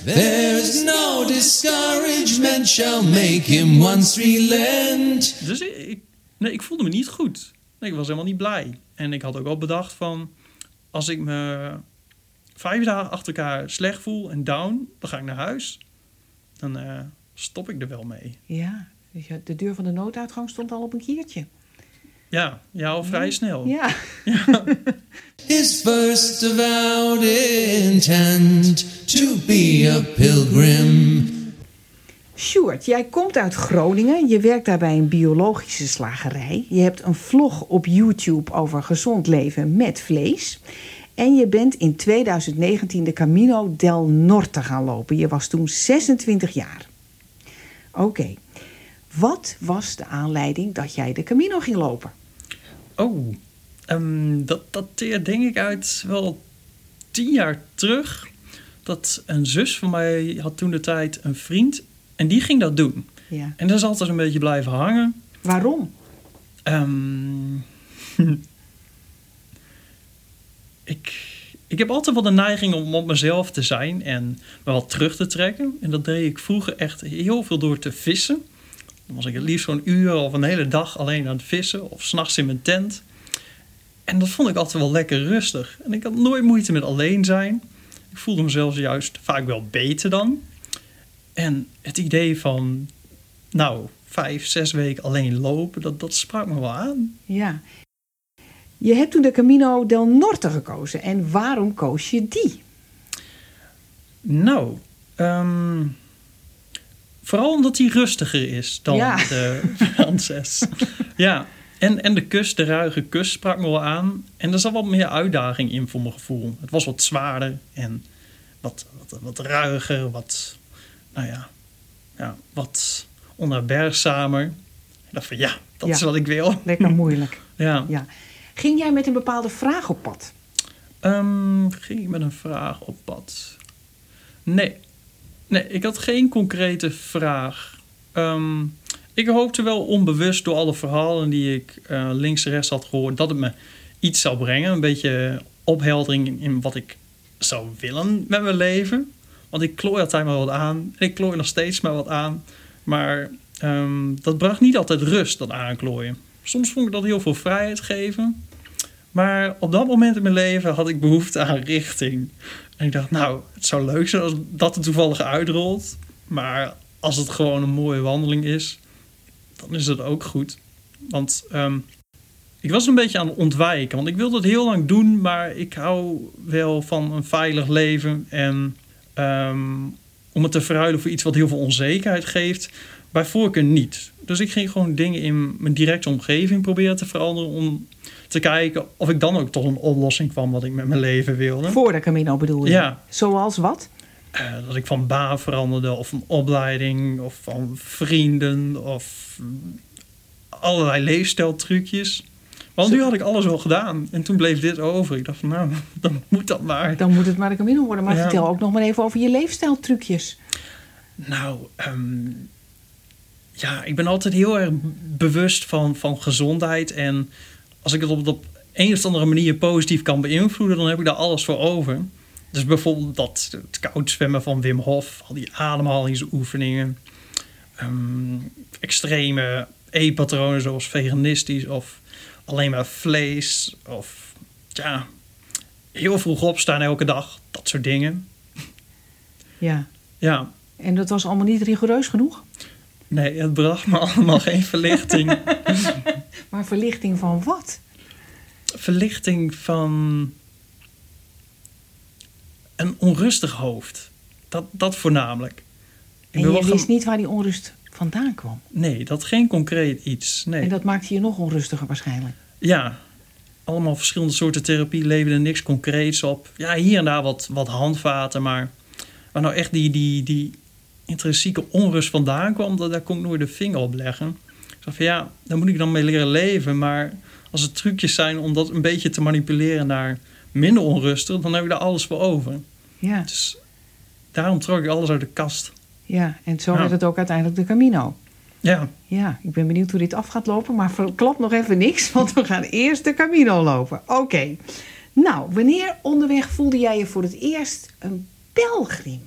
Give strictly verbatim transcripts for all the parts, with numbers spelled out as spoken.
There's no discouragement shall make him once relent. Dus ik, nee, ik voelde me niet goed. Nee, ik was helemaal niet blij. En ik had ook al bedacht van... als ik me vijf dagen achter elkaar slecht voel en down... dan ga ik naar huis. Dan uh, stop ik er wel mee. Ja, dus de deur van de nooduitgang stond al op een kiertje. Ja, ja al vrij ja. snel. Ja. ja. His first avowed intent to be a pilgrim. Sjoerd, jij komt uit Groningen. Je werkt daar bij een biologische slagerij. Je hebt een vlog op YouTube over gezond leven met vlees. En je bent in twintig negentien de Camino del Norte gaan lopen. Je was toen zesentwintig jaar. Oké. Okay. Wat was de aanleiding dat jij de Camino ging lopen? Oh, um, dat dateert denk ik uit wel tien jaar terug. Dat een zus van mij had toen de tijd een vriend en die ging dat doen. Ja. En dat is altijd een beetje blijven hangen. Waarom? Um, ik, ik heb altijd wel de neiging om op mezelf te zijn en me wat terug te trekken. En dat deed ik vroeger echt heel veel door te vissen. Dan was ik het liefst zo'n uur of een hele dag alleen aan het vissen. Of 's nachts in mijn tent. En dat vond ik altijd wel lekker rustig. En ik had nooit moeite met alleen zijn. Ik voelde mezelf juist vaak wel beter dan. En het idee van, nou, vijf, zes weken alleen lopen, dat, dat sprak me wel aan. Ja. Je hebt toen de Camino del Norte gekozen. En waarom koos je die? Nou, um, vooral omdat die rustiger is dan ja. de Frances. Ja, en, en de kust, de ruige kust, sprak me wel aan. En er zat wat meer uitdaging in voor mijn gevoel. Het was wat zwaarder en wat, wat, wat ruiger, wat, nou ja, ja, wat onherbergzamer. Ik dacht van ja, dat ja. is wat ik wil. Lekker moeilijk. Ja. ja. Ging jij met een bepaalde vraag op pad? Um, ging ik met een vraag op pad? Nee. Nee, ik had geen concrete vraag. Um, ik hoopte wel onbewust door alle verhalen die ik uh, links en rechts had gehoord... dat het me iets zou brengen. Een beetje opheldering in wat ik zou willen met mijn leven. Want ik klooi altijd maar wat aan. En ik klooi nog steeds maar wat aan. Maar um, dat bracht niet altijd rust, dat aanklooien. Soms vond ik dat heel veel vrijheid geven. Maar op dat moment in mijn leven had ik behoefte aan richting. En ik dacht, nou, het zou leuk zijn als dat er toevallig uitrolt. Maar als het gewoon een mooie wandeling is, dan is het ook goed. Want um, ik was een beetje aan het ontwijken. Want ik wilde het heel lang doen, maar ik hou wel van een veilig leven. En um, om het te verruilen voor iets wat heel veel onzekerheid geeft, bij voorkeur niet. Dus ik ging gewoon dingen in mijn directe omgeving proberen te veranderen om te kijken of ik dan ook tot een oplossing kwam wat ik met mijn leven wilde. Voor de Camino bedoel je? Ja. Zoals wat? Uh, dat ik van baan veranderde of van opleiding of van vrienden of allerlei leefstijltrucjes. Want nu had ik alles al gedaan en toen bleef dit over. Ik dacht van nou, dan moet dat maar. Dan moet het maar de Camino worden. Maar ja. vertel ook nog maar even over je leefstijltrucjes. Nou, um, ja, ik ben altijd heel erg bewust van, van gezondheid. En als ik het op, op een of andere manier positief kan beïnvloeden, dan heb ik daar alles voor over. Dus bijvoorbeeld dat, het koud zwemmen van Wim Hof, al die ademhalingsoefeningen, um, extreme eetpatronen zoals veganistisch of alleen maar vlees of ja, heel vroeg opstaan elke dag, dat soort dingen. Ja. Ja. En dat was allemaal niet rigoureus genoeg? Nee, het bracht me allemaal geen verlichting. Maar verlichting van wat? Verlichting van een onrustig hoofd. Dat, dat voornamelijk. Ik en je wist gem... niet waar die onrust vandaan kwam? Nee, dat geen concreet iets. Nee. En dat maakte je nog onrustiger waarschijnlijk? Ja, allemaal verschillende soorten therapie leverden niks concreets op. Ja, hier en daar wat, wat handvaten, maar waar nou echt die, die, die intrinsieke onrust vandaan kwam, dat, daar kon ik nooit de vinger op leggen. Ik dacht van ja, daar moet ik dan mee leren leven, maar als het trucjes zijn om dat een beetje te manipuleren naar minder onrustig, dan heb ik daar alles voor over. Ja. Dus daarom trok ik alles uit de kast. Ja, en zo ja. werd het ook uiteindelijk de Camino. Ja. Ja, ik ben benieuwd hoe dit af gaat lopen, maar verklap nog even niks, want we gaan eerst de Camino lopen. Oké. Okay. Nou, wanneer onderweg voelde jij je voor het eerst een pelgrim?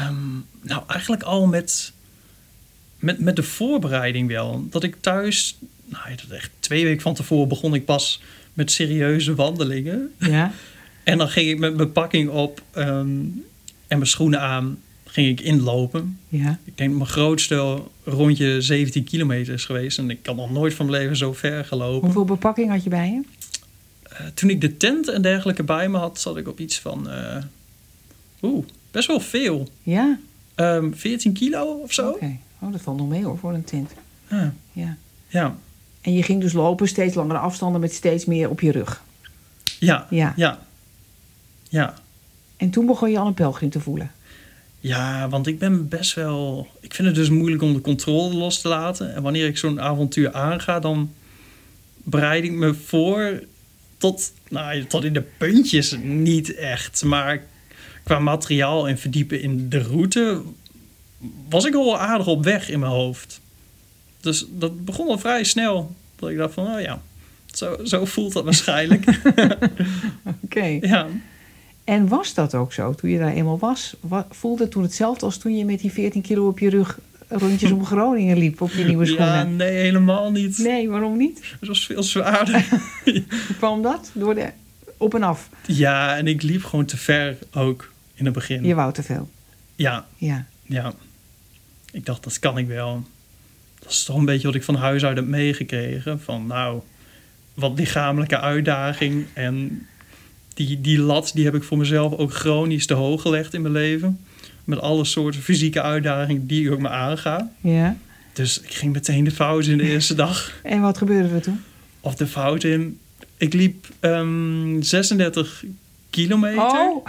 Um, nou, eigenlijk al met, met, met de voorbereiding wel. Dat ik thuis, nou, echt twee weken van tevoren begon ik pas met serieuze wandelingen. Ja. En dan ging ik met mijn pakking op um, en mijn schoenen aan, ging ik inlopen. Ja. Ik denk dat mijn grootste rondje zeventien kilometer is geweest. En ik had nog nooit van mijn leven zo ver gelopen. Hoeveel bepakking had je bij je? Uh, toen ik de tent en dergelijke bij me had, zat ik op iets van... Uh, Oeh, best wel veel. Ja. Um, veertien kilo of zo. Oké. Okay. Oh, dat valt nog mee hoor, voor een tent. Ja. Ja. Ja. En je ging dus lopen, steeds langere afstanden met steeds meer op je rug. Ja. Ja. Ja. Ja. En toen begon je al een pelgrim te voelen. Ja, want ik ben best wel... Ik vind het dus moeilijk om de controle los te laten. En wanneer ik zo'n avontuur aanga, dan bereid ik me voor tot, nou, tot in de puntjes niet echt. Maar qua materiaal en verdiepen in de route was ik al wel aardig op weg in mijn hoofd. Dus dat begon al vrij snel. Dat ik dacht van, oh ja, zo, zo voelt dat waarschijnlijk. Oké. Okay. Ja. En was dat ook zo toen je daar eenmaal was? Voelde het toen hetzelfde als toen je met die veertien kilo op je rug rondjes om Groningen liep op je nieuwe schoenen? Ja, nee, helemaal niet. Nee, waarom niet? Het was veel zwaarder. Hoe kwam dat? Door de op en af? Ja, en ik liep gewoon te ver ook in het begin. Je wou te veel? Ja. Ja. Ja. Ik dacht, dat kan ik wel. Dat is toch een beetje wat ik van huis uit heb meegekregen. Van nou, wat lichamelijke uitdaging. En die, die lat die heb ik voor mezelf ook chronisch te hoog gelegd in mijn leven. Met alle soorten fysieke uitdagingen die ik ook me aanga. Ja. Dus ik ging meteen de fout in de eerste dag. En wat gebeurde er toen? Of de fout in. Ik liep um, zesendertig kilometer. Oh.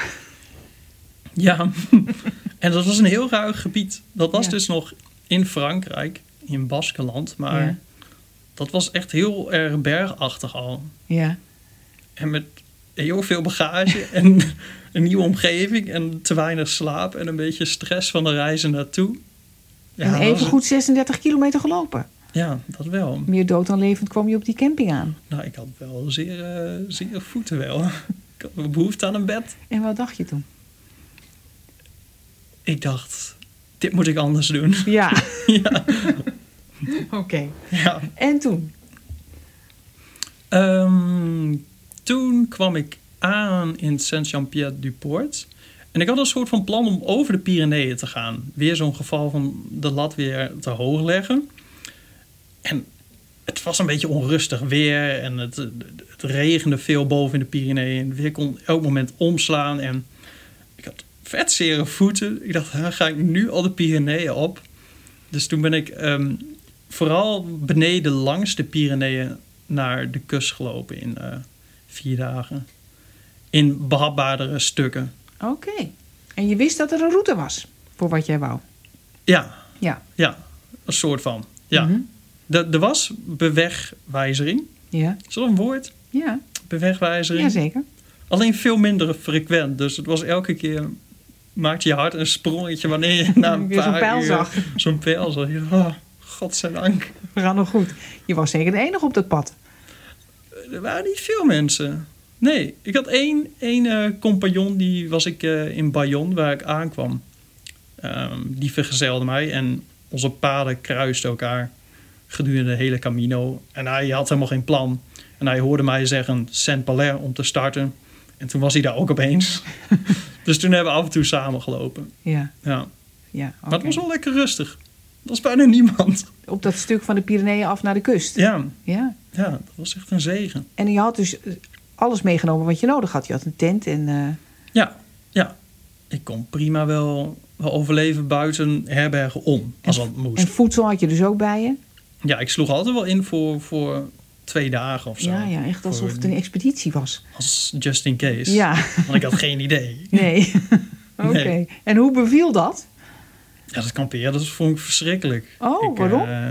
Ja. En dat was een heel ruig gebied. Dat was ja. dus nog in Frankrijk, in Baskeland. Maar ja. dat was echt heel erg bergachtig al. Ja. En met heel veel bagage en een nieuwe omgeving en te weinig slaap en een beetje stress van de reizen naartoe. Ja, en even goed zesendertig kilometer gelopen. Ja, dat wel. Meer dood dan levend kwam je op die camping aan. Nou, ik had wel zeer, uh, zeer voeten wel. Ik had behoefte aan een bed. En wat dacht je toen? Ik dacht, dit moet ik anders doen. Ja. Ja. Oké. Okay. Ja. En toen? Um, toen kwam ik aan in Saint-Jean-Pierre-du-Port. En ik had een soort van plan om over de Pyreneeën te gaan. Weer zo'n geval van de lat weer te hoog leggen. En het was een beetje onrustig weer. En het, het regende veel boven in de Pyreneeën. En het weer kon elk moment omslaan. En ik had vet zere voeten. Ik dacht, ga ik nu al de Pyreneeën op? Dus toen ben ik um, vooral beneden langs de Pyreneeën naar de kust gelopen in uh, vier dagen. In behapbaardere stukken. Oké. Okay. En je wist dat er een route was voor wat jij wou? Ja. Ja. Ja, een soort van. Ja. Mm-hmm. Er was bewegwijzering. Ja. Is dat een woord? Ja. Bewegwijzering. Jazeker. Alleen veel minder frequent. Dus het was elke keer... maakte je hart een sprongetje wanneer je na een paar zo'n pijl uur... zag. Zo'n pijl zag. Oh, godzijdank. We gaan nog goed. Je was zeker de enige op dat pad. Er waren niet veel mensen. Nee, ik had één, één uh, compagnon, die was ik uh, in Bayonne, waar ik aankwam. Um, die vergezelde mij en onze paden kruisten elkaar gedurende de hele Camino. En hij had helemaal geen plan. En hij hoorde mij zeggen Saint-Palais om te starten. En toen was hij daar ook opeens. Dus toen hebben we af en toe samen gelopen. Ja. Ja. Ja, okay. Maar het was wel lekker rustig. Er was bijna niemand. Op dat stuk van de Pyreneeën af naar de kust? Ja. Ja. Ja, dat was echt een zegen. En je had dus alles meegenomen wat je nodig had. Je had een tent en... Uh... Ja, ja. Ik kon prima wel, wel overleven buiten herbergen om, als en, wat moest. En voedsel had je dus ook bij je? Ja, ik sloeg altijd wel in voor, voor twee dagen of zo. Ja, ja, echt alsof voor, het een expeditie was. Als just in case. Ja. Want ik had geen idee. Nee. Oké. Okay. Nee. En hoe beviel dat? Ja, dat kamperen, dat vond ik verschrikkelijk. Oh, ik, waarom? Uh,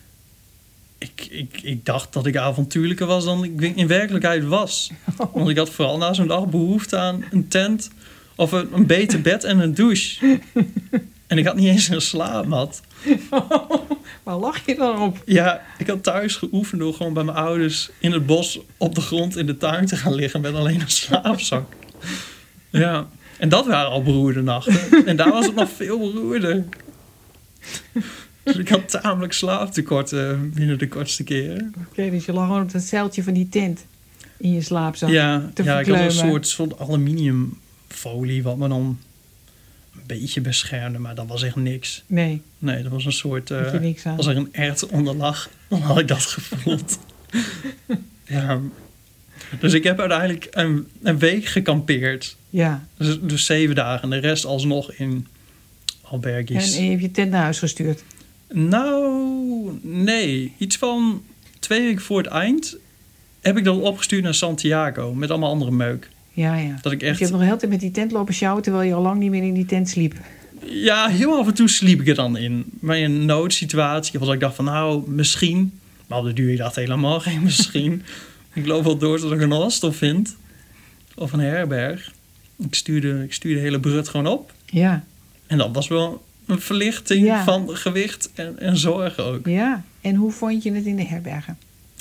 ik, ik, ik dacht dat ik avontuurlijker was dan ik in werkelijkheid was. Oh. Want ik had vooral na zo'n dag behoefte aan een tent... of een, een beter bed en een douche. En ik had niet eens een slaapmat. Oh, waar lag je dan op? Ja, ik had thuis geoefend door gewoon bij mijn ouders... in het bos op de grond in de tuin te gaan liggen... met alleen een slaapzak. Ja. En dat waren al beroerde nachten. En daar was het nog veel beroerder. Dus ik had tamelijk slaaptekort uh, binnen de kortste keren. Oké, okay, dus je lag gewoon op het zeiltje van die tent in je slaapzak ja, te ja, ik had een verkleumen. soort, soort aluminiumfolie wat me dan een beetje beschermde, maar dat was echt niks. Nee. Nee, dat was een soort... Had je Uh, niks aan. als er een ert onder lag, dan had ik dat gevoeld. Ja. Dus ik heb uiteindelijk een, een week gekampeerd. Ja. Dus, dus zeven dagen en de rest alsnog in albergjes. En je hebt je tent naar huis gestuurd? Nou, nee. Iets van twee weken voor het eind heb ik dat opgestuurd naar Santiago met allemaal andere meuk. Ja, ja. Dat ik Dus echt... je hebt nog heel tijd met die tent lopen sjouwen terwijl je al lang niet meer in die tent sliep. Ja, heel af en toe sliep ik er dan in. Maar in een noodsituatie, of als ik dacht van nou, misschien. Maar op de duur dacht ik helemaal geen misschien. Ik loop wel door tot ik een hostel vind. Of een herberg. Ik stuurde, ik stuurde de hele brut gewoon op. Ja. En dat was wel een verlichting Ja. van gewicht en, en zorg ook. Ja. En hoe vond je het in de herbergen?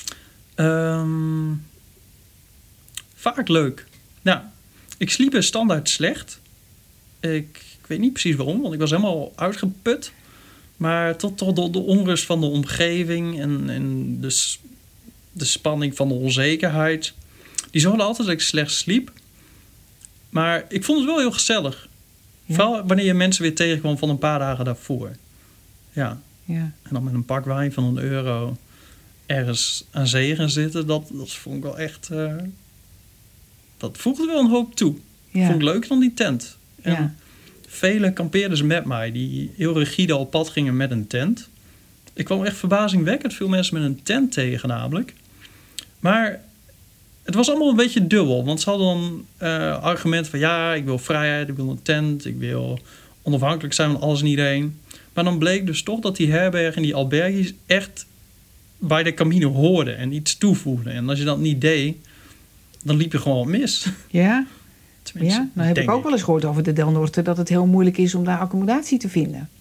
Um, vaak leuk. Nou, ik sliep er standaard slecht. Ik, ik weet niet precies waarom, want ik was helemaal uitgeput. Maar tot, tot de, de onrust van de omgeving en, en de, s- de spanning van de onzekerheid. Die zorgde altijd dat ik slecht sliep. Maar ik vond het wel heel gezellig. Ja. Vooral wanneer je mensen weer tegenkwam van een paar dagen daarvoor. Ja. Ja. En dan met een pak wijn van een euro ergens aan zee gaan zitten. Dat, dat vond ik wel echt... Uh, dat voegde wel een hoop toe. Ja. Vond ik leuker dan die tent. En Ja. vele kampeerders met mij die heel rigide op pad gingen met een tent. Ik kwam echt verbazingwekkend veel mensen met een tent tegen namelijk. Maar het was allemaal een beetje dubbel. Want ze hadden dan uh, argumenten van... ja, ik wil vrijheid, ik wil een tent... ik wil onafhankelijk zijn van alles en iedereen. Maar dan bleek dus toch dat die herbergen en die albergjes... echt bij de Camino hoorden en iets toevoegden. En als je dat niet deed, dan liep je gewoon wat mis. Ja? Tenminste, Ja? Nou heb ik denk ook wel eens gehoord over de Del Norte... dat het heel moeilijk is om daar accommodatie te vinden.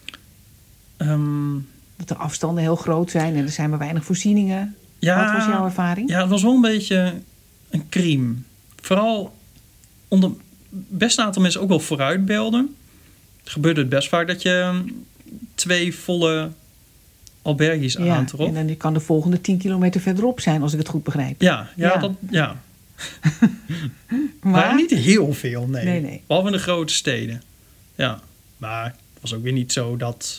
Um, Dat de afstanden heel groot zijn en er zijn maar weinig voorzieningen. ja, Wat was jouw ervaring? Ja, het was wel een beetje een crime. Vooral onder best een aantal mensen ook wel vooruitbelden. Het gebeurde het best vaak dat je twee volle albergjes Ja, aantrof. en dan kan de volgende tien kilometer verderop zijn, als ik het goed begrijp. Ja, ja, Ja. dat, ja. Maar, Maar niet heel veel, nee. Nee, nee. Behalve in de grote steden. Ja, maar het was ook weer niet zo dat...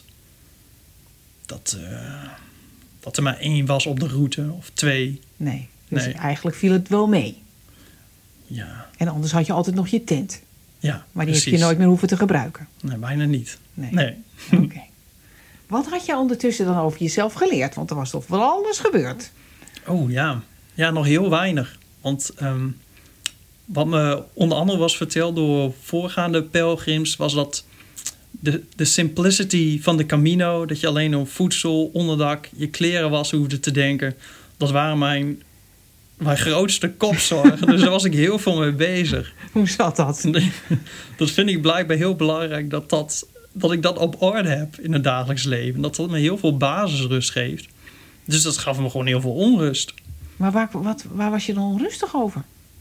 dat, uh, dat er maar één was op de route, of twee. nee, dus Nee. eigenlijk viel het wel mee. Ja, En anders had je altijd nog je tent. ja Maar die precies. heb je nooit meer hoeven te gebruiken. Nee, bijna niet. Nee. Nee. Oké. Wat had je ondertussen dan over jezelf geleerd? Want er was toch wel alles gebeurd. Oh ja, ja, nog heel weinig. Want um, wat me onder andere was verteld door voorgaande pelgrims... was dat de, de simplicity van de Camino... dat je alleen om voedsel, onderdak, je kleren was hoefde te denken... dat waren mijn, mijn grootste kopzorgen. Dus daar was ik heel veel mee bezig. Hoe zat dat? Dat vind ik blijkbaar heel belangrijk... dat, dat, dat ik dat op orde heb in het dagelijks leven. Dat dat me heel veel basisrust geeft. Dus dat gaf me gewoon heel veel onrust. Maar waar, wat, waar was je dan onrustig over?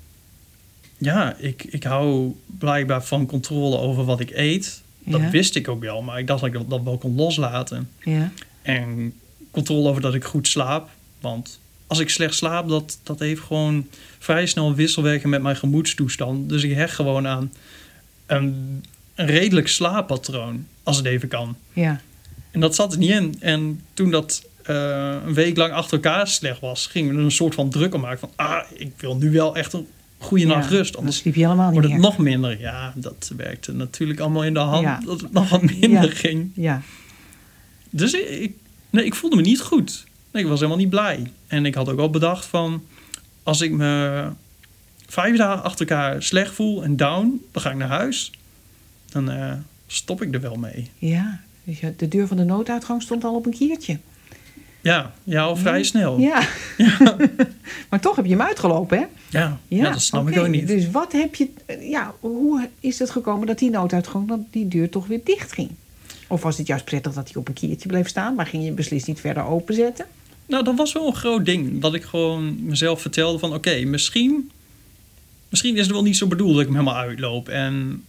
Ja, ik, ik hou blijkbaar van controle over wat ik eet. Dat Ja. wist ik ook wel, maar ik dacht dat ik dat, dat wel kon loslaten. Ja. En controle over dat ik goed slaap. Want als ik slecht slaap, dat, dat heeft gewoon vrij snel wisselwerking met mijn gemoedstoestand. Dus ik hecht gewoon aan een, een redelijk slaappatroon, als het even kan. Ja. En dat zat er niet in. En toen dat uh, een week lang achter elkaar slecht was, gingen we er een soort van druk om maken. Van, ah, ik wil nu wel echt een goede nacht Ja, rust. dan Anders sliep je helemaal niet wordt het meer. nog minder. Ja, dat werkte natuurlijk allemaal in de hand. Ja. Dat het nog wat minder Ja. ging. Ja. Dus ik, nee, ik voelde me niet goed. Nee, ik was helemaal niet blij. En ik had ook al bedacht van... als ik me vijf dagen achter elkaar slecht voel en down... dan ga ik naar huis. Dan uh, stop ik er wel mee. Ja. Dus je- de deur van de nooduitgang stond al op een kiertje. Ja, ja al vrij snel. Ja. Maar toch heb je hem uitgelopen, hè? Ja, ja, dat snap ik oké. ook niet. Dus wat heb je... Ja, hoe is het gekomen dat die nooduitgang... dat die deur toch weer dicht ging? Of was het juist prettig dat hij op een kiertje bleef staan... maar ging je beslist niet verder openzetten? Nou, dat was wel een groot ding. Dat ik gewoon mezelf vertelde van... oké, okay, misschien, misschien is het wel niet zo bedoeld dat ik hem helemaal uitloop. En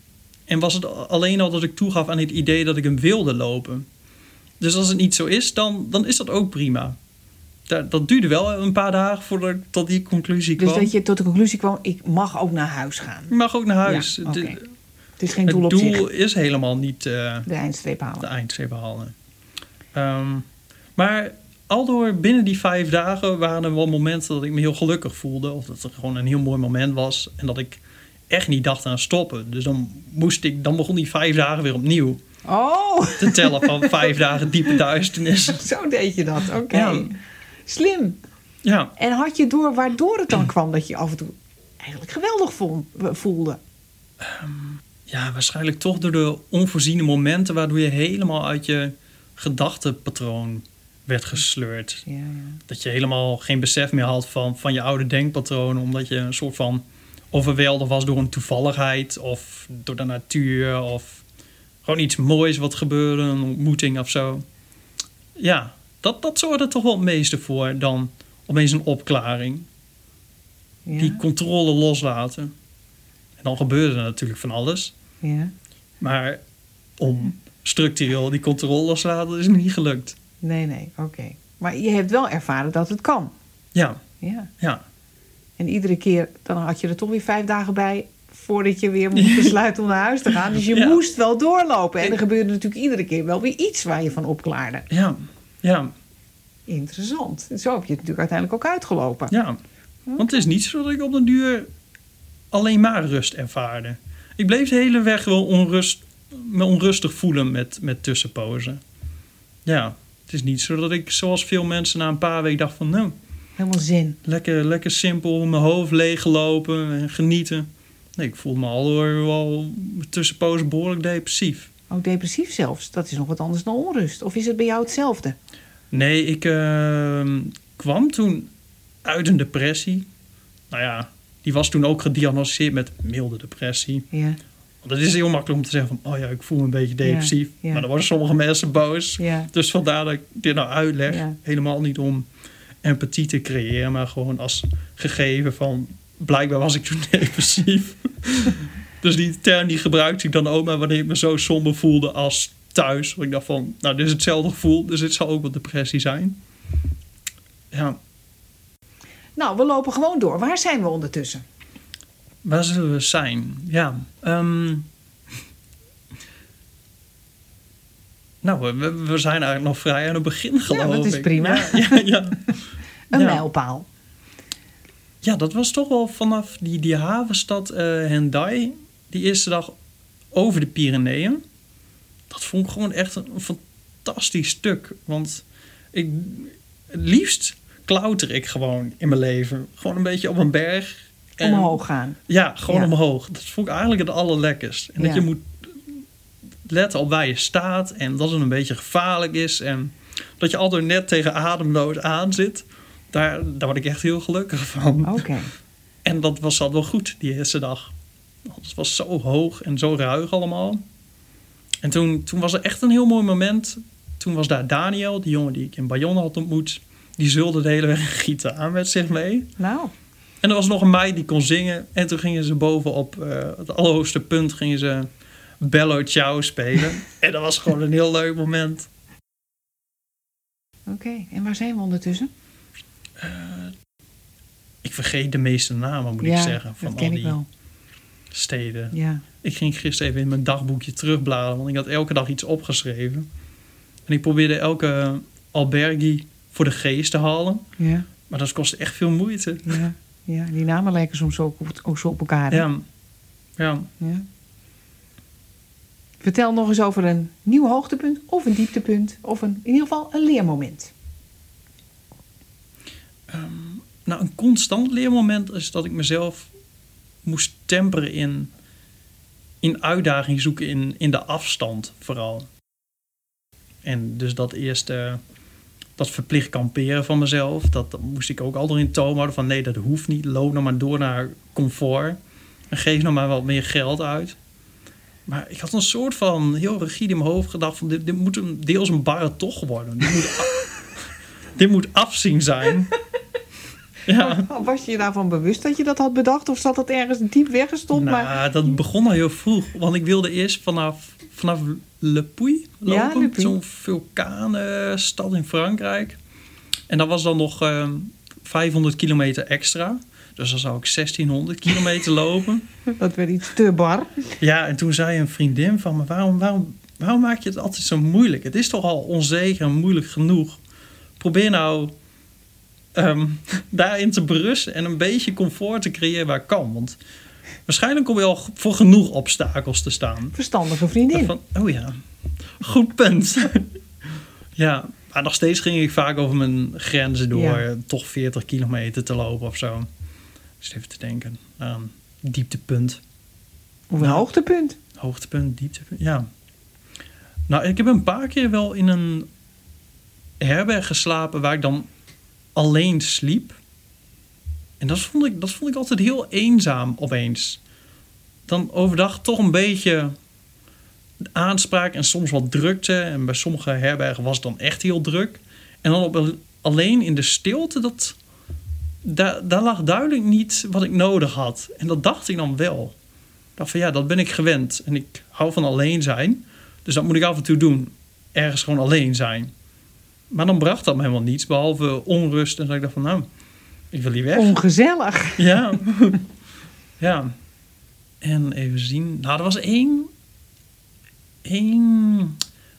En was het alleen al dat ik toegaf aan het idee dat ik hem wilde lopen. Dus als het niet zo is, dan, dan is dat ook prima. Dat, dat duurde wel een paar dagen voordat ik tot die conclusie kwam. Dus dat je tot de conclusie kwam, ik mag ook naar huis gaan. Ik mag ook naar huis. Ja, okay. De, het is geen doel het op doel zich. is helemaal niet uh, de eindstreep halen. De eindstreep halen. Um, maar aldoor binnen die vijf dagen waren er wel momenten dat ik me heel gelukkig voelde. Of dat het gewoon een heel mooi moment was. En dat ik echt niet dacht aan stoppen. Dus dan moest ik, dan begon die vijf dagen weer opnieuw. Oh! Te tellen van vijf dagen diepe duisternis. Zo deed je dat, oké. Okay. Ja. Slim. Ja. En had je door waardoor het dan kwam dat je af en toe eigenlijk geweldig voelde? Um, ja, waarschijnlijk toch door de onvoorziene momenten waardoor je helemaal uit je gedachtenpatroon werd gesleurd. Ja, ja. Dat je helemaal geen besef meer had van, van je oude denkpatroon, omdat je een soort van overweldigd was door een toevalligheid of door de natuur of gewoon iets moois wat gebeurde, een ontmoeting of zo. Ja, dat, dat zorgde er toch wel het meeste voor dan opeens een opklaring. Ja. Die controle loslaten. En dan gebeurde er natuurlijk van alles. Ja. Maar om structureel die controle loslaten is niet gelukt. Nee, nee, oké. Okay. Maar je hebt wel ervaren dat het kan. Ja. Ja. Ja. En iedere keer, dan had je er toch weer vijf dagen bij voordat je weer moest besluiten om naar huis te gaan. Dus je ja. moest wel doorlopen. En er gebeurde natuurlijk iedere keer wel weer iets waar je van opklaarde. Ja, ja. Interessant. En zo heb je het natuurlijk uiteindelijk ook uitgelopen. Ja, want het is niet zo dat ik op den duur alleen maar rust ervaarde. Ik bleef de hele weg wel onrust, me onrustig voelen met, met tussenpozen. Ja, het is niet zo dat ik zoals veel mensen na een paar weken dacht van nou... Helemaal zin. Lekker, lekker simpel, mijn hoofd leeggelopen en genieten. Nee, ik voel me al door wel tussenpozen behoorlijk depressief. Oh, depressief zelfs? Dat is nog wat anders dan onrust. Of is het bij jou hetzelfde? Nee, ik uh, kwam toen uit een depressie. Nou ja, die was toen ook gediagnosticeerd met milde depressie. Ja. Want het is heel makkelijk om te zeggen van... oh ja, ik voel me een beetje depressief. Ja, ja. Maar dan worden sommige mensen boos. Ja. Dus vandaar dat ik dit nou uitleg. Ja. Helemaal niet om empathie te creëren... maar gewoon als gegeven van... blijkbaar was ik toen depressief. Dus die term die gebruikte ik dan ook... maar wanneer ik me zo somber voelde als thuis. Want ik dacht van, nou, dit is hetzelfde gevoel... dus dit zal ook wel depressie zijn. Ja. Nou, we lopen gewoon door. Waar zijn we ondertussen? Waar zullen we zijn? Ja. Um, nou, we, we zijn eigenlijk nog vrij aan het begin, geloof ik. Ja, dat is prima. Ja, ja, ja. Een ja. mijlpaal. Ja, dat was toch wel vanaf die, die havenstad uh, Hendaye... die eerste dag over de Pyreneeën. Dat vond ik gewoon echt een, een fantastisch stuk. Want ik, het liefst klauter ik gewoon in mijn leven. Gewoon een beetje op een berg... En, omhoog gaan. Ja, gewoon ja. omhoog. Dat vond ik eigenlijk het allerlekkerst. En ja. dat je moet letten op waar je staat. En dat het een beetje gevaarlijk is. En dat je altijd net tegen ademnood aan zit. Daar, daar word ik echt heel gelukkig van. Oké. Okay. En dat was al wel goed, die eerste dag. Het was zo hoog en zo ruig allemaal. En toen, toen was er echt een heel mooi moment. Toen was daar Daniel, die jongen die ik in Bayonne had ontmoet. Die zulde de hele weg een gitaar met zich mee. Nou... En er was nog een meid die kon zingen. En toen gingen ze bovenop uh, het allerhoogste punt... gingen ze Bello Ciao spelen. En dat was gewoon een heel leuk moment. Oké, okay. En waar zijn we ondertussen? Uh, ik vergeet de meeste namen, moet ja, ik zeggen. Van dat ken al die ik wel. steden. Ja. Ik ging gisteren even in mijn dagboekje terugbladeren. Want ik had elke dag iets opgeschreven. En ik probeerde elke albergie voor de geest te halen. Ja. Maar dat kostte echt veel moeite. Ja. Ja, die namen lijken soms ook, ook zo op elkaar. Hè? Ja. Ja. ja. Vertel nog eens over een nieuw hoogtepunt of een dieptepunt. Of een, in ieder geval een leermoment. Um, nou, een constant leermoment is dat ik mezelf moest temperen in, in uitdaging zoeken in, in de afstand vooral. En dus dat eerste... dat verplicht kamperen van mezelf, dat, dat moest ik ook altijd in toom houden. Van nee, dat hoeft niet. Loop nou maar door naar comfort. En geef nou maar wat meer geld uit. Maar ik had een soort van heel rigide in mijn hoofd gedacht... van dit, dit moet een, deels een barre toch worden. Dit moet, af, dit moet afzien zijn. Ja. Was je je daarvan bewust dat je dat had bedacht? Of zat dat ergens diep weggestopt? Nou, Maar... dat begon al heel vroeg. Want ik wilde eerst vanaf, vanaf Le Puy lopen. Ja, Le Puy. Zo'n vulkaanstad in Frankrijk. En dat was dan nog uh, vijfhonderd kilometer extra. Dus dan zou ik zestienhonderd kilometer lopen. Dat werd iets te bar. Ja, en toen zei een vriendin van me... Waarom, waarom, waarom maak je het altijd zo moeilijk? Het is toch al onzeker en moeilijk genoeg. Probeer nou um, daarin te berusten... en een beetje comfort te creëren waar kan. Want waarschijnlijk kom je al voor genoeg obstakels te staan. Verstandige vriendin. Van, oh ja, goed punt. Ja, maar nog steeds ging ik vaak over mijn grenzen door... Ja. toch veertig kilometer te lopen of zo. Dus even te denken aan dieptepunt. Of een Nou, hoogtepunt. Hoogtepunt, dieptepunt, ja. Nou, ik heb een paar keer wel in een herberg geslapen... waar ik dan alleen sliep. En dat vond ik, dat vond ik altijd heel eenzaam opeens. Dan overdag toch een beetje aanspraak en soms wat drukte. En bij sommige herbergen was het dan echt heel druk. En dan op, alleen in de stilte, dat, daar, daar lag duidelijk niet wat ik nodig had. En dat dacht ik dan wel. Ik dacht van ja, dat ben ik gewend. En ik hou van alleen zijn. Dus dat moet ik af en toe doen. Ergens gewoon alleen zijn. Maar dan bracht dat me helemaal niets. Behalve onrust. En dat ik dacht van nou, ik wil hier weg. Ongezellig. Ja. Ja. En even zien. Nou, er was één... één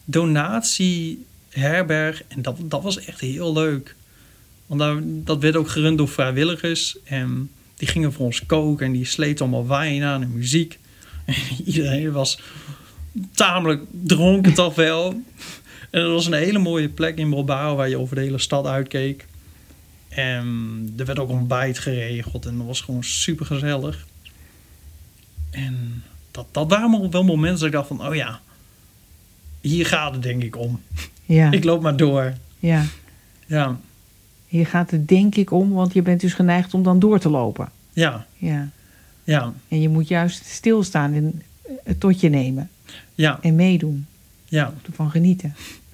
donatieherberg. En dat, dat was echt heel leuk. Want daar, dat werd ook gerund door vrijwilligers. En die gingen voor ons koken. En die sleept allemaal wijn aan en muziek. En iedereen was tamelijk dronken toch wel. En dat was een hele mooie plek in Bilbao... waar je over de hele stad uitkeek. En er werd ook ontbijt geregeld. En dat was gewoon super gezellig. En dat, dat waren wel momenten dat ik dacht van... oh ja, hier gaat het denk ik om. Ja. Ik loop maar door. Ja. Ja, Hier gaat het denk ik om, want je bent dus geneigd om dan door te lopen. ja, Ja. ja, En je moet juist stilstaan en het tot je nemen. ja, En meedoen. ja. Ervan genieten.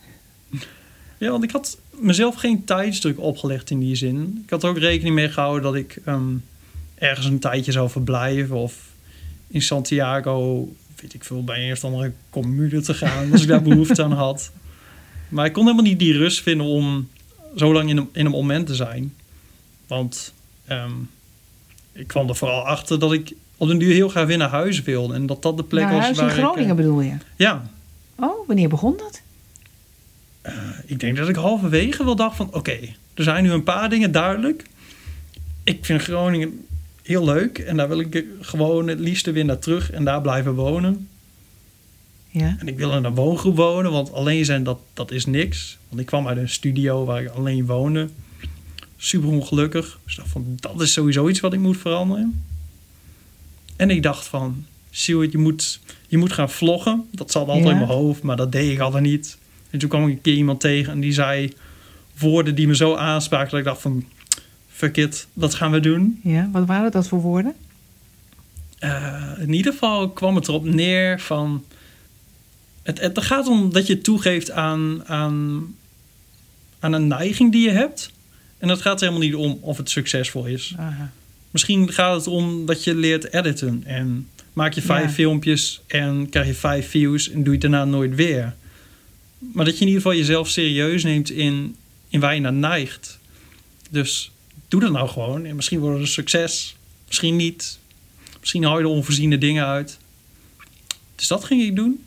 Ja, want ik had mezelf geen tijdsdruk opgelegd in die zin. Ik had er ook rekening mee gehouden dat ik um, ergens een tijdje zou verblijven. Of in Santiago, weet ik veel, bij een of andere commune te gaan. Als ik daar behoefte aan had. Maar ik kon helemaal niet die rust vinden om zo lang in een, in een moment te zijn. Want um, ik kwam er vooral achter dat ik op den duur heel graag weer naar huis wilde. En dat dat de plek Naar was huis waar in Groningen ik... uh, bedoel je? Ja, Oh, wanneer begon dat? Uh, ik denk dat ik halverwege wel dacht van... oké, okay, er zijn nu een paar dingen duidelijk. Ik vind Groningen heel leuk. En daar wil ik gewoon het liefste weer naar terug en daar blijven wonen. Ja. En ik wil in een woongroep wonen, want alleen zijn, dat, dat is niks. Want ik kwam uit een studio waar ik alleen woonde. Super ongelukkig. Dus ik dacht van, dat is sowieso iets wat ik moet veranderen. En ik dacht van... Stuart, je moet, je moet gaan vloggen. Dat zat altijd Ja. in mijn hoofd, maar dat deed ik altijd niet. En toen kwam ik een keer iemand tegen en die zei woorden die me zo aanspraken dat ik dacht van, fuck it, dat gaan we doen. Ja, wat waren dat voor woorden? Uh, in ieder geval kwam het erop neer van, het, het gaat om dat je toegeeft aan, aan, aan een neiging die je hebt. En het gaat helemaal niet om of het succesvol is. Aha. Misschien gaat het om dat je leert editen en maak je vijf Ja. filmpjes en krijg je vijf views en doe je het daarna nooit weer. Maar dat je in ieder geval jezelf serieus neemt in, in waar je naar neigt. Dus doe dat nou gewoon. En misschien wordt het een succes. Misschien niet. Misschien hou je er onvoorziene dingen uit. Dus dat ging ik doen.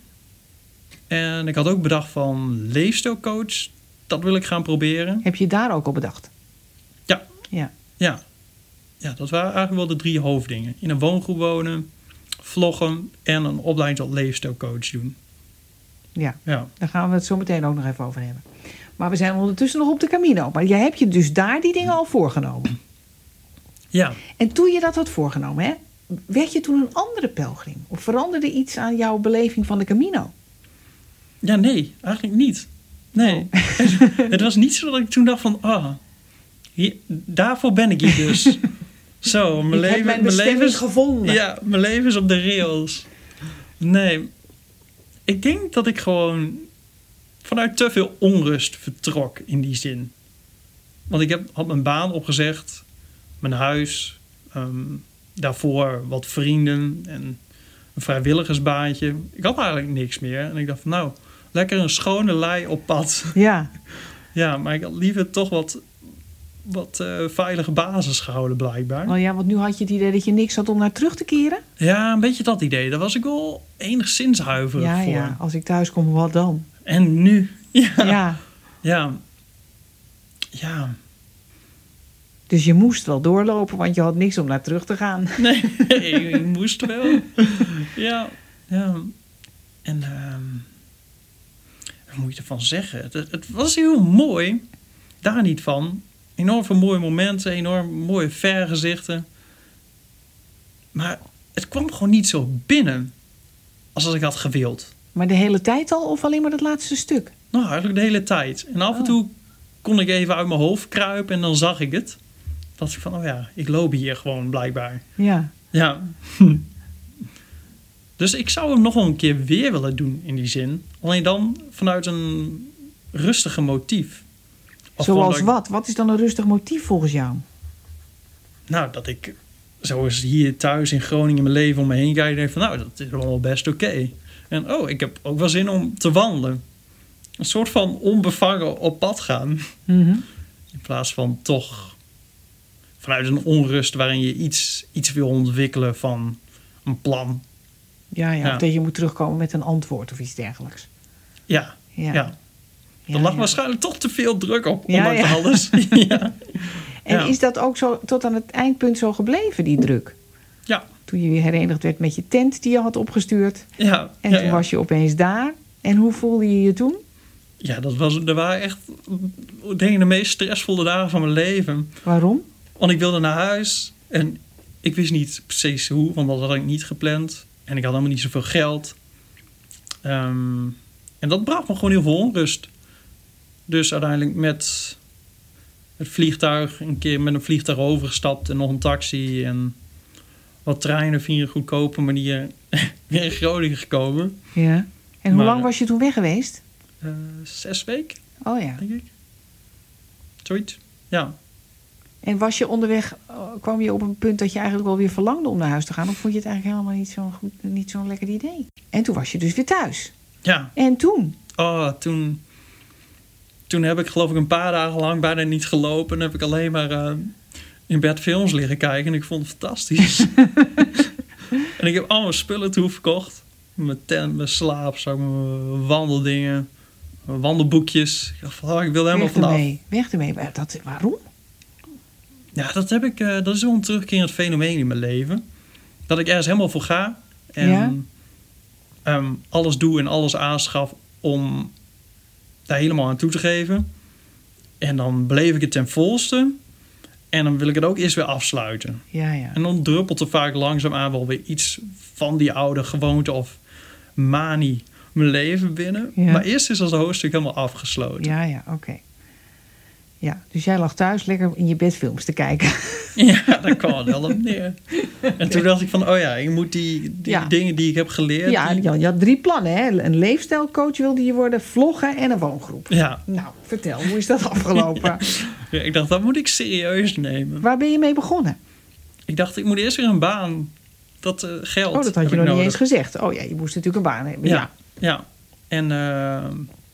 En ik had ook bedacht van leefstijlcoach. Dat wil ik gaan proberen. Heb je daar ook al bedacht? Ja. Ja. Ja. Ja, dat waren eigenlijk wel de drie hoofddingen. In een woongroep wonen, vloggen en een opleiding tot leefstijlcoach doen. Ja, Ja. daar gaan we het zo meteen ook nog even over hebben. Maar we zijn ondertussen nog op de Camino. Maar jij hebt je dus daar die dingen al voorgenomen. Ja. En toen je dat had voorgenomen, hè, werd je toen een andere pelgrim? Of veranderde iets aan jouw beleving van de Camino? Ja, nee, eigenlijk niet. Nee. Oh. Het, het was niet zo dat ik toen dacht van, ah, hier, daarvoor ben ik hier dus. Zo, mijn Ik leven, heb mijn bestemming leven is, gevonden. Ja, mijn leven is op de rails. Nee, ik denk dat ik gewoon vanuit te veel onrust vertrok in die zin. Want ik heb, had mijn baan opgezegd. mijn huis. Um, daarvoor wat vrienden en een vrijwilligersbaantje. Ik had eigenlijk niks meer. En ik dacht van nou, lekker een schone lei op pad. Ja. Ja, maar ik had liever toch wat, wat uh, veilige basis gehouden blijkbaar. Oh ja, want nu had je het idee dat je niks had om naar terug te keren? Ja, een beetje dat idee. Daar was ik wel enigszins huiverig ja, voor. Ja, als ik thuis kom, wat dan? En nu? Ja. Ja. Ja. Ja. Dus je moest wel doorlopen, want je had niks om naar terug te gaan. Nee, nee ik moest wel. Ja, ja. En uh, wat moet je ervan zeggen? Het, het was heel mooi. Daar niet van. Enorm veel mooie momenten, enorm mooie vergezichten. Maar het kwam gewoon niet zo binnen als als ik had gewild. Maar de hele tijd al of alleen maar dat laatste stuk? Nou, eigenlijk de hele tijd. En af en oh. toe kon ik even uit mijn hoofd kruipen en dan zag ik het. Dat ik van, oh ja, ik loop hier gewoon blijkbaar. Ja. Ja. Dus ik zou hem nog wel een keer weer willen doen in die zin. Alleen dan vanuit een rustige motief. Of Zoals ik, wat? Wat is dan een rustig motief volgens jou? Nou, dat ik zoals hier thuis in Groningen mijn leven om me heen kijk en denk van, nou, dat is wel best oké. Okay. En oh, ik heb ook wel zin om te wandelen. Een soort van onbevangen op pad gaan. Mm-hmm. In plaats van toch vanuit een onrust waarin je iets, iets wil ontwikkelen van een plan. Ja, ja, ja. Of dat je moet terugkomen met een antwoord of iets dergelijks. Ja, ja. ja. ja er lag ja. waarschijnlijk toch te veel druk op, ja, ondanks ja. alles. ja. En ja. is dat ook zo tot aan het eindpunt zo gebleven, die druk? Ja. Toen je weer herenigd werd met je tent die je had opgestuurd. Ja. En ja, toen ja. was je opeens daar. En hoe voelde je je toen? Ja, dat was, dat waren echt denk ik, de meest stressvolle dagen van mijn leven. Waarom? Want ik wilde naar huis en ik wist niet precies hoe, want dat had ik niet gepland. En ik had helemaal niet zoveel geld. Um, en dat bracht me gewoon heel veel onrust. Dus uiteindelijk met het vliegtuig, een keer met een vliegtuig overgestapt en nog een taxi en wat treinen via een goedkope manier weer in Groningen gekomen. Ja. En hoe maar, lang was je toen weg geweest? Uh, zes weken, oh ja. denk ik. Zoiets, ja. En was je onderweg, kwam je op een punt dat je eigenlijk wel weer verlangde om naar huis te gaan? Of vond je het eigenlijk helemaal niet zo'n goed, niet zo'n lekker idee? En toen was je dus weer thuis. Ja. En toen? Oh, toen... Toen heb ik geloof ik een paar dagen lang bijna niet gelopen. En heb ik alleen maar uh, in bed films liggen kijken. En ik vond het fantastisch. En ik heb al mijn spullen toe verkocht. Mijn tent, mijn slaapzak, mijn wandeldingen, mijn wandelboekjes. Ik dacht van, oh, ik wil er helemaal Weg vanaf. ermee. Weg ermee. Dat, waarom? Ja, dat heb ik. Uh, dat is wel een terugkerend fenomeen in mijn leven. Dat ik ergens helemaal voor ga. En ja? um, alles doe en alles aanschaf om daar helemaal aan toe te geven. En dan beleef ik het ten volste. En dan wil ik het ook eerst weer afsluiten. Ja, ja. En dan druppelt er vaak langzaamaan wel weer iets van die oude gewoonte of manie mijn leven binnen. Ja. Maar eerst is dat hoofdstuk helemaal afgesloten. Ja, ja, oké. Okay. Ja, dus jij lag thuis lekker in je bed films te kijken. Ja, daar kwam het wel op neer. En toen dacht ik van, oh ja, ik moet die, die ja. dingen die ik heb geleerd... Ja, die... je had drie plannen, hè? Een leefstijlcoach wilde je worden, vloggen en een woongroep. Ja. Nou, vertel, hoe is dat afgelopen? Ja, ik dacht, dat moet ik serieus nemen. Waar ben je mee begonnen? Ik dacht, ik moet eerst weer een baan. Dat uh, geld. Oh, dat had je nog nodig. niet eens gezegd. Oh ja, je moest natuurlijk een baan hebben. Ja, ja. ja. En uh,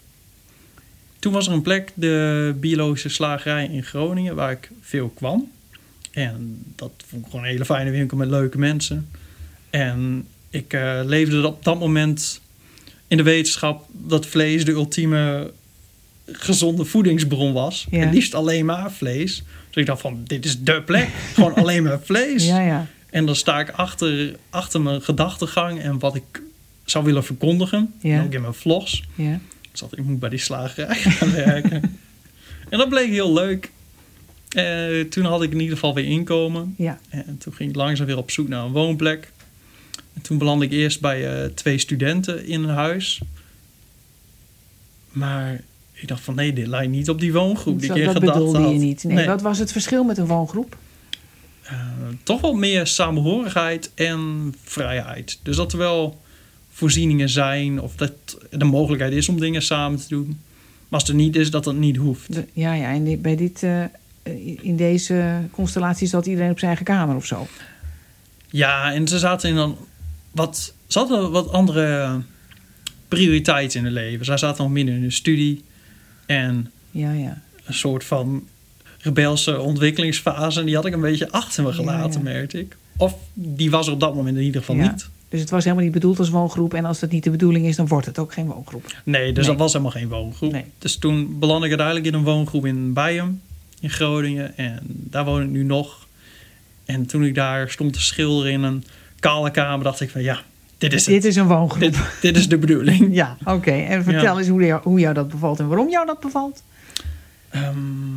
toen was er een plek, de biologische slagerij in Groningen, waar ik veel kwam. En dat vond ik gewoon een hele fijne winkel met leuke mensen. En ik uh, leefde op dat moment in de wetenschap dat vlees de ultieme gezonde voedingsbron was. Ja. En liefst alleen maar vlees. Dus ik dacht van, dit is dé plek. Gewoon alleen maar vlees. Ja, ja. En dan sta ik achter, achter mijn gedachtegang en wat ik zou willen verkondigen. Ja. En ook in mijn vlogs. Ja. Ik zat, ik moet bij die slagerij gaan werken. En dat bleek heel leuk. Uh, toen had ik in ieder geval weer inkomen. Ja. En toen ging ik langzaam weer op zoek naar een woonplek. En toen belandde ik eerst bij uh, twee studenten in een huis. Maar ik dacht van nee, dit lijkt niet op die woongroep die Zo, ik in dat gedachten bedoelde had. je niet. Nee. Nee. Wat was het verschil met een woongroep? Uh, toch wel meer samenhorigheid en vrijheid. Dus dat er wel voorzieningen zijn of dat de mogelijkheid is om dingen samen te doen. Maar als het er niet is, dat het niet hoeft. De, ja, ja, en die, bij dit uh, in deze constellatie zat iedereen op zijn eigen kamer of zo. Ja, en ze zaten in een wat, ze hadden wat andere prioriteiten in het leven. Zij zaten nog minder in de studie en Ja, ja. een soort van rebelse ontwikkelingsfase. En die had ik een beetje achter me gelaten, Ja, ja. merkte ik. Of die was er op dat moment in ieder geval Ja. niet. Dus het was helemaal niet bedoeld als woongroep. En als dat niet de bedoeling is, dan wordt het ook geen woongroep. Nee, dus Nee. dat was helemaal geen woongroep. Nee. Dus toen belandde ik uiteindelijk in een woongroep in Bijum, in Groningen. En daar woon ik nu nog. En toen ik daar stond te schilderen in een kale kamer, dacht ik van ja, dit is het. Dit is een woongroep. Dit, dit is de bedoeling. Ja, oké. En vertel Ja. eens hoe, jou, hoe jou dat bevalt en waarom jou dat bevalt. Ehm,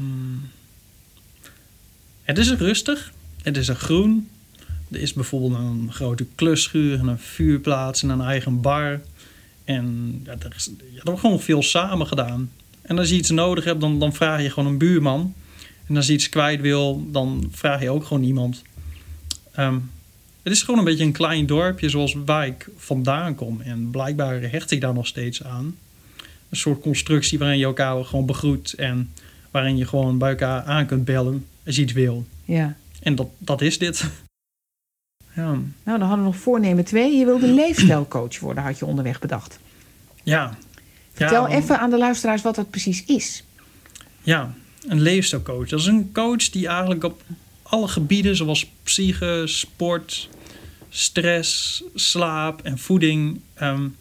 het is er rustig. Het is er groen. Er is bijvoorbeeld een grote klusschuur en een vuurplaats en een eigen bar. En ja, er, is, ja, er wordt gewoon veel samen gedaan. En als je iets nodig hebt, dan, dan vraag je gewoon een buurman. En als je iets kwijt wil, dan vraag je ook gewoon iemand. Ehm, het is gewoon een beetje een klein dorpje zoals waar ik vandaan kom. En blijkbaar hecht ik daar nog steeds aan. Een soort constructie waarin je elkaar gewoon begroet. En waarin je gewoon bij elkaar aan kunt bellen als je iets wil. Ja. En dat, dat is dit. Ja. Nou, dan hadden we nog voornemen twee. Je wilde leefstijlcoach worden, had je onderweg bedacht. Ja. Vertel ja, even aan de luisteraars wat dat precies is. Ja, een leefstijlcoach. Dat is een coach die eigenlijk op alle gebieden, zoals psyche, sport, stress, slaap en voeding, um,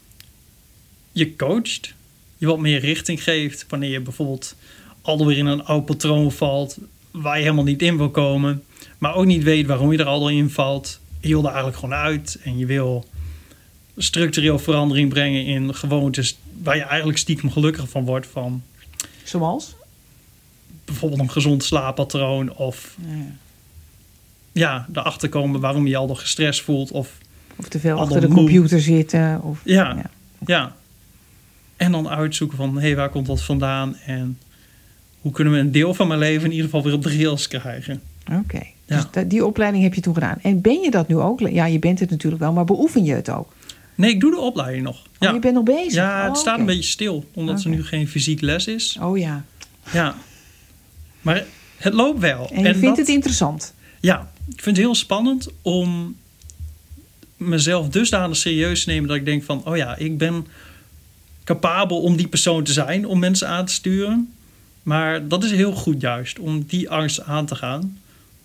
je coacht. Je wat meer richting geeft wanneer je bijvoorbeeld alweer in een oud patroon valt waar je helemaal niet in wil komen, maar ook niet weet waarom je er al in valt. Je wil er eigenlijk gewoon uit en je wil structureel verandering brengen in gewoontes waar je eigenlijk stiekem gelukkig van wordt, van Zoals? bijvoorbeeld een gezond slaappatroon of Ja. ja, erachter komen waarom je je al nog gestrest voelt of Of te veel Al achter dan de moe. computer zitten. Of, ja, Ja. ja. En dan uitzoeken van, hé, hey, waar komt dat vandaan en hoe kunnen we een deel van mijn leven in ieder geval weer op de rails krijgen. Oké. Ja. Dus da- die opleiding heb je toen gedaan. En ben je dat nu ook? Ja, je bent het natuurlijk wel, maar beoefen je het ook? Nee, ik doe de opleiding nog. Oh, Ja, je bent nog bezig? ja het Oh, staat oké. een beetje stil, omdat Oké. er nu geen fysiek les is. Oh ja. Ja, maar het loopt wel. En je vindt dat- het interessant? Ja, ik vind het heel spannend om mezelf dusdanig serieus te nemen dat ik denk van, oh ja, ik ben capabel om die persoon te zijn, om mensen aan te sturen. Maar dat is heel goed juist, om die angst aan te gaan.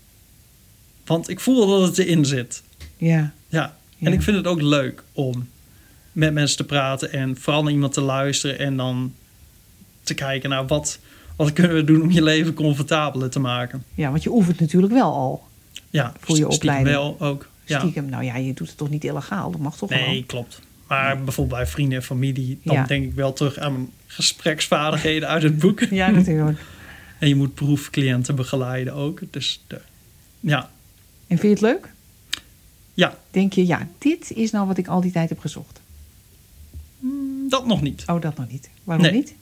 Want ik voel dat het erin zit. Ja. Ja, Ja. en ik vind het ook leuk om met mensen te praten en vooral naar iemand te luisteren en dan te kijken naar wat, wat kunnen we doen om je leven comfortabeler te maken. Ja, want je oefent natuurlijk wel al. Ja, Voor je stiekem opleiding. wel ook. Ja. Stiekem, nou ja, je doet het toch niet illegaal? Dat mag toch Nee, gewoon? klopt. Maar bijvoorbeeld bij vrienden en familie, dan Ja. denk ik wel terug aan mijn gespreksvaardigheden uit het boek. Ja, natuurlijk. En je moet proefcliënten begeleiden ook. Dus de, ja, En vind je het leuk? ja, Denk je, ja, dit is nou wat ik al die tijd heb gezocht? dat nog niet. Oh, dat nog niet. Waarom Nee. niet?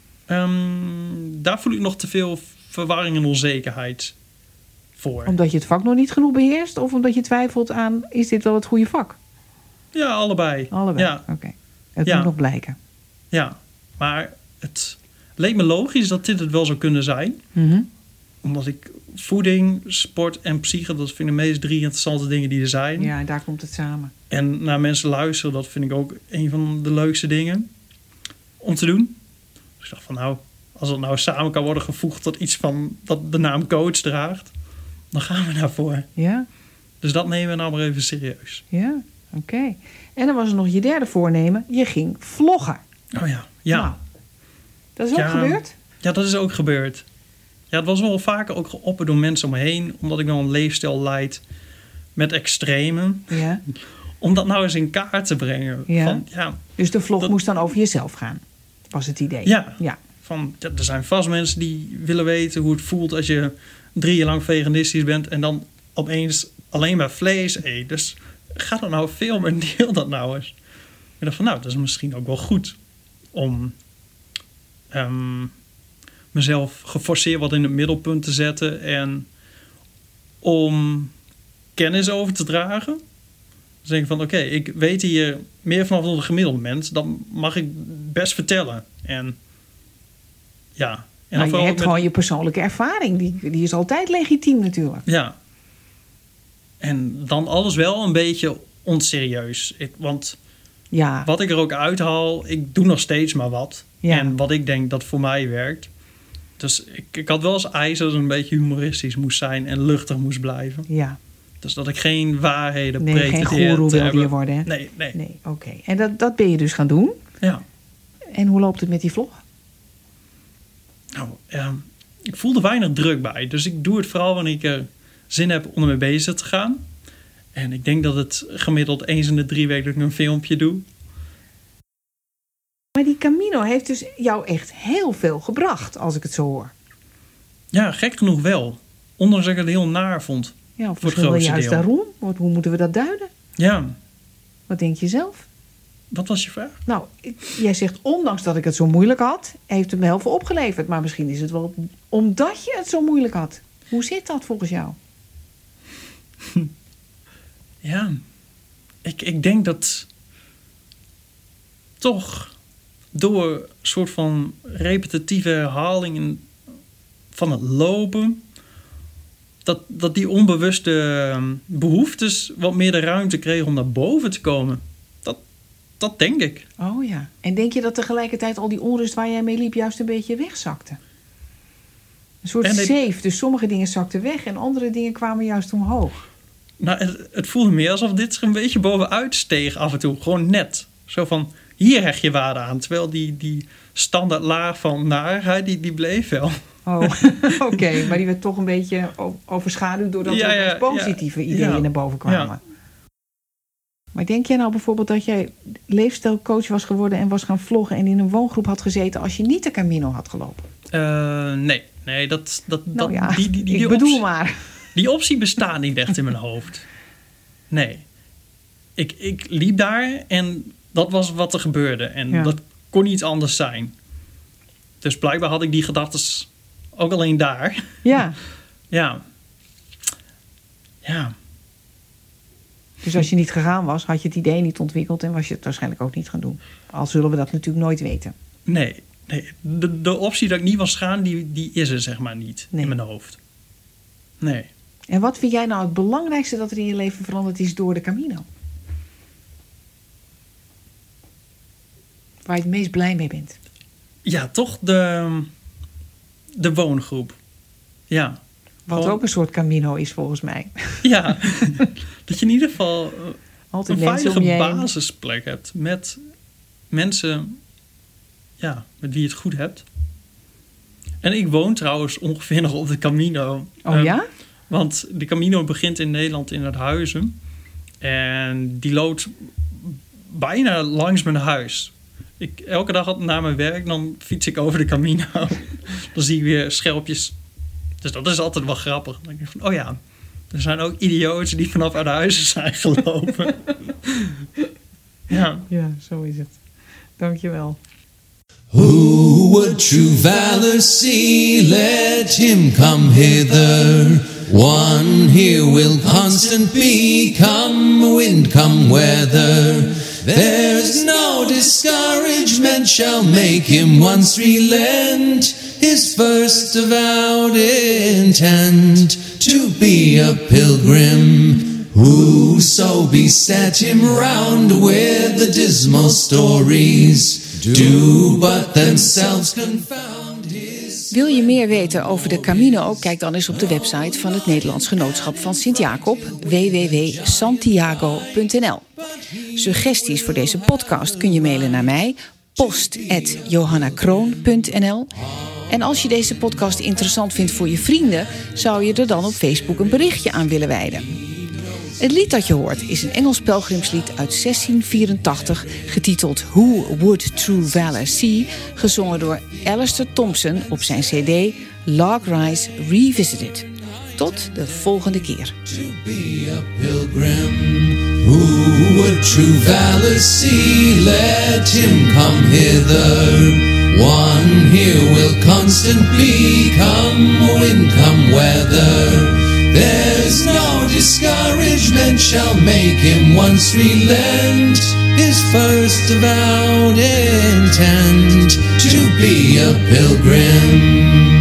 Ehm, daar voel ik nog te veel verwarring en onzekerheid voor. Omdat je het vak nog niet genoeg beheerst? Of omdat je twijfelt aan, is dit wel het goede vak? Ja, allebei. Allebei. Ja, Oké. Het Ja. moet nog blijken. ja. Maar het leek me logisch dat dit het wel zou kunnen zijn. Mhm. Omdat ik voeding, sport en psyche, dat vind ik de meest drie interessante dingen die er zijn. Ja, daar komt het samen. En naar mensen luisteren, dat vind ik ook een van de leukste dingen om te doen. Dus ik dacht van nou, als het nou samen kan worden gevoegd tot iets van dat de naam coach draagt, dan gaan we daarvoor. Ja? Dus dat nemen we nou maar even serieus. Ja, oké. En dan was er nog je derde voornemen. Je ging vloggen. Oh ja, ja. Nou, dat is ook Ja. gebeurd? Ja, dat is ook gebeurd. Ja, het was wel vaker ook geopperd door mensen om me heen, omdat ik wel een leefstijl leid met extremen. Ja. Om dat nou eens in kaart te brengen. Ja. Van, ja, Dus de vlog Dat- moest dan over jezelf gaan. Was het idee? Ja. Ja. van, ja, er zijn vast mensen die willen weten hoe het voelt als je drie jaar lang veganistisch bent en dan opeens alleen maar vlees eet. Dus ga dat nou veel meer, deel dat nou eens. Ik dacht van nou, dat is misschien ook wel goed om ehm, mezelf geforceerd wat in het middelpunt te zetten en om kennis over te dragen. Dus denk ik van oké, ik weet hier meer vanaf dan de gemiddelde mens, dan mag ik best vertellen. En ja, En nou, je hebt met... gewoon je persoonlijke ervaring. Die, die is altijd legitiem natuurlijk. Ja. En dan alles wel een beetje onserieus. Ik, want ja. wat ik er ook uithaal, ik doe nog steeds maar wat. Ja. En wat ik denk dat voor mij werkt. Dus ik, ik had wel eens eisen dat het een beetje humoristisch moest zijn en luchtig moest blijven. Ja. Dus dat ik geen waarheden nee, pretendeer geen goeroe te wilde hebben. je worden. Hè? Nee, nee. nee Oké. Okay. En dat, dat ben je dus gaan doen. Ja. En hoe loopt het met die vlog? Nou, ja, ik voel er weinig druk bij. Dus ik doe het vooral wanneer ik er zin heb om ermee bezig te gaan. En ik denk dat het gemiddeld eens in de drie weken dat ik een filmpje doe. Maar die Camino heeft dus jou echt heel veel gebracht, als ik het zo hoor. Ja, gek genoeg wel. Ondanks dat ik het heel naar vond. Ja, of voor het wel grootste juist deel. daarom. Wat, hoe moeten we dat duiden? Ja. Wat denk je zelf? Wat was je vraag? Nou, ik, jij zegt ondanks dat ik het zo moeilijk had, heeft het me heel veel opgeleverd. Maar misschien is het wel omdat je het zo moeilijk had. Hoe zit dat volgens jou? Ja, ik, ik denk dat toch door een soort van repetitieve herhalingen van het lopen, dat, dat die onbewuste behoeftes wat meer de ruimte kregen om naar boven te komen. Dat, dat denk ik. Oh ja. En denk je dat tegelijkertijd al die onrust waar jij mee liep juist een beetje wegzakte? Een soort En dit- safe. Dus sommige dingen zakten weg en andere dingen kwamen juist omhoog. Nou, het, het voelde meer alsof dit er een beetje bovenuit steeg af en toe. Gewoon net. Zo van, hier hecht je waarde aan. Terwijl die, die standaard laag van narigheid, die, die bleef wel. Oh, oké. Okay. Maar die werd toch een beetje o- overschaduwd doordat Ja, er ja, opeens positieve ja. ideeën Ja. naar boven kwamen. Ja. Maar denk jij nou bijvoorbeeld dat jij leefstijlcoach was geworden en was gaan vloggen en in een woongroep had gezeten als je niet de Camino had gelopen? Uh, nee, nee, dat, dat, Nou dat, ja, die, die, die, ik die bedoel optie, maar. Die optie bestaat niet echt in mijn hoofd. Nee. Ik, ik liep daar en dat was wat er gebeurde. En Ja. dat kon niet anders zijn. Dus blijkbaar had ik die gedachten ook alleen daar. Ja. Ja. Ja. Dus als je niet gegaan was, had je het idee niet ontwikkeld en was je het waarschijnlijk ook niet gaan doen. Al zullen we dat natuurlijk nooit weten. Nee. nee. De, de optie dat ik niet was gaan, die, die is er zeg maar niet Nee. in mijn hoofd. Nee. En wat vind jij nou het belangrijkste dat er in je leven veranderd is door de Camino? Waar je het meest blij mee bent? Ja, toch de, de woongroep. Ja. Wat Gewoon- ook een soort Camino is volgens mij. Ja, dat je in ieder geval uh, Altijd een mensen om veilige je heen. basisplek hebt met mensen ja, met wie je het goed hebt. En ik woon trouwens ongeveer nog op de Camino. Oh Um, ja? Want de Camino begint in Nederland in het Huizen. En die loopt bijna langs mijn huis. Ik, elke dag na mijn werk, dan fiets ik over de Camino. Dan zie ik weer schelpjes. Dus dat is altijd wel grappig. Dan denk ik van, oh ja, er zijn ook idioten die vanaf uit huizen zijn gelopen. Ja. Ja, zo is het. Dankjewel. Who would true valor see? Let him come hither. One here will constant be, come wind, come weather. There's no discouragement shall make him once relent his first avowed intent to be a pilgrim. Whoso beset him round with the dismal stories do but themselves confound his... Wil je meer weten over de Camino? Kijk dan eens op de website van het Nederlands Genootschap van Sint-Jacob, w w w punt santiago punt n l. Suggesties voor deze podcast kun je mailen naar mij, post at johannakroon punt n l. En als je deze podcast interessant vindt voor je vrienden, zou je er dan op Facebook een berichtje aan willen wijden. Het lied dat je hoort is een Engels pelgrimslied uit zestien vierentachtig... getiteld Who Would True Valor See... gezongen door Alistair Thompson op zijn cd Log Rise Revisited. Tot de volgende keer. To be a pilgrim, who would true valor see? Let him come hither. One here will constant be, come wind, come weather. There's no discouragement shall make him once relent his first avowed intent to to be a pilgrim.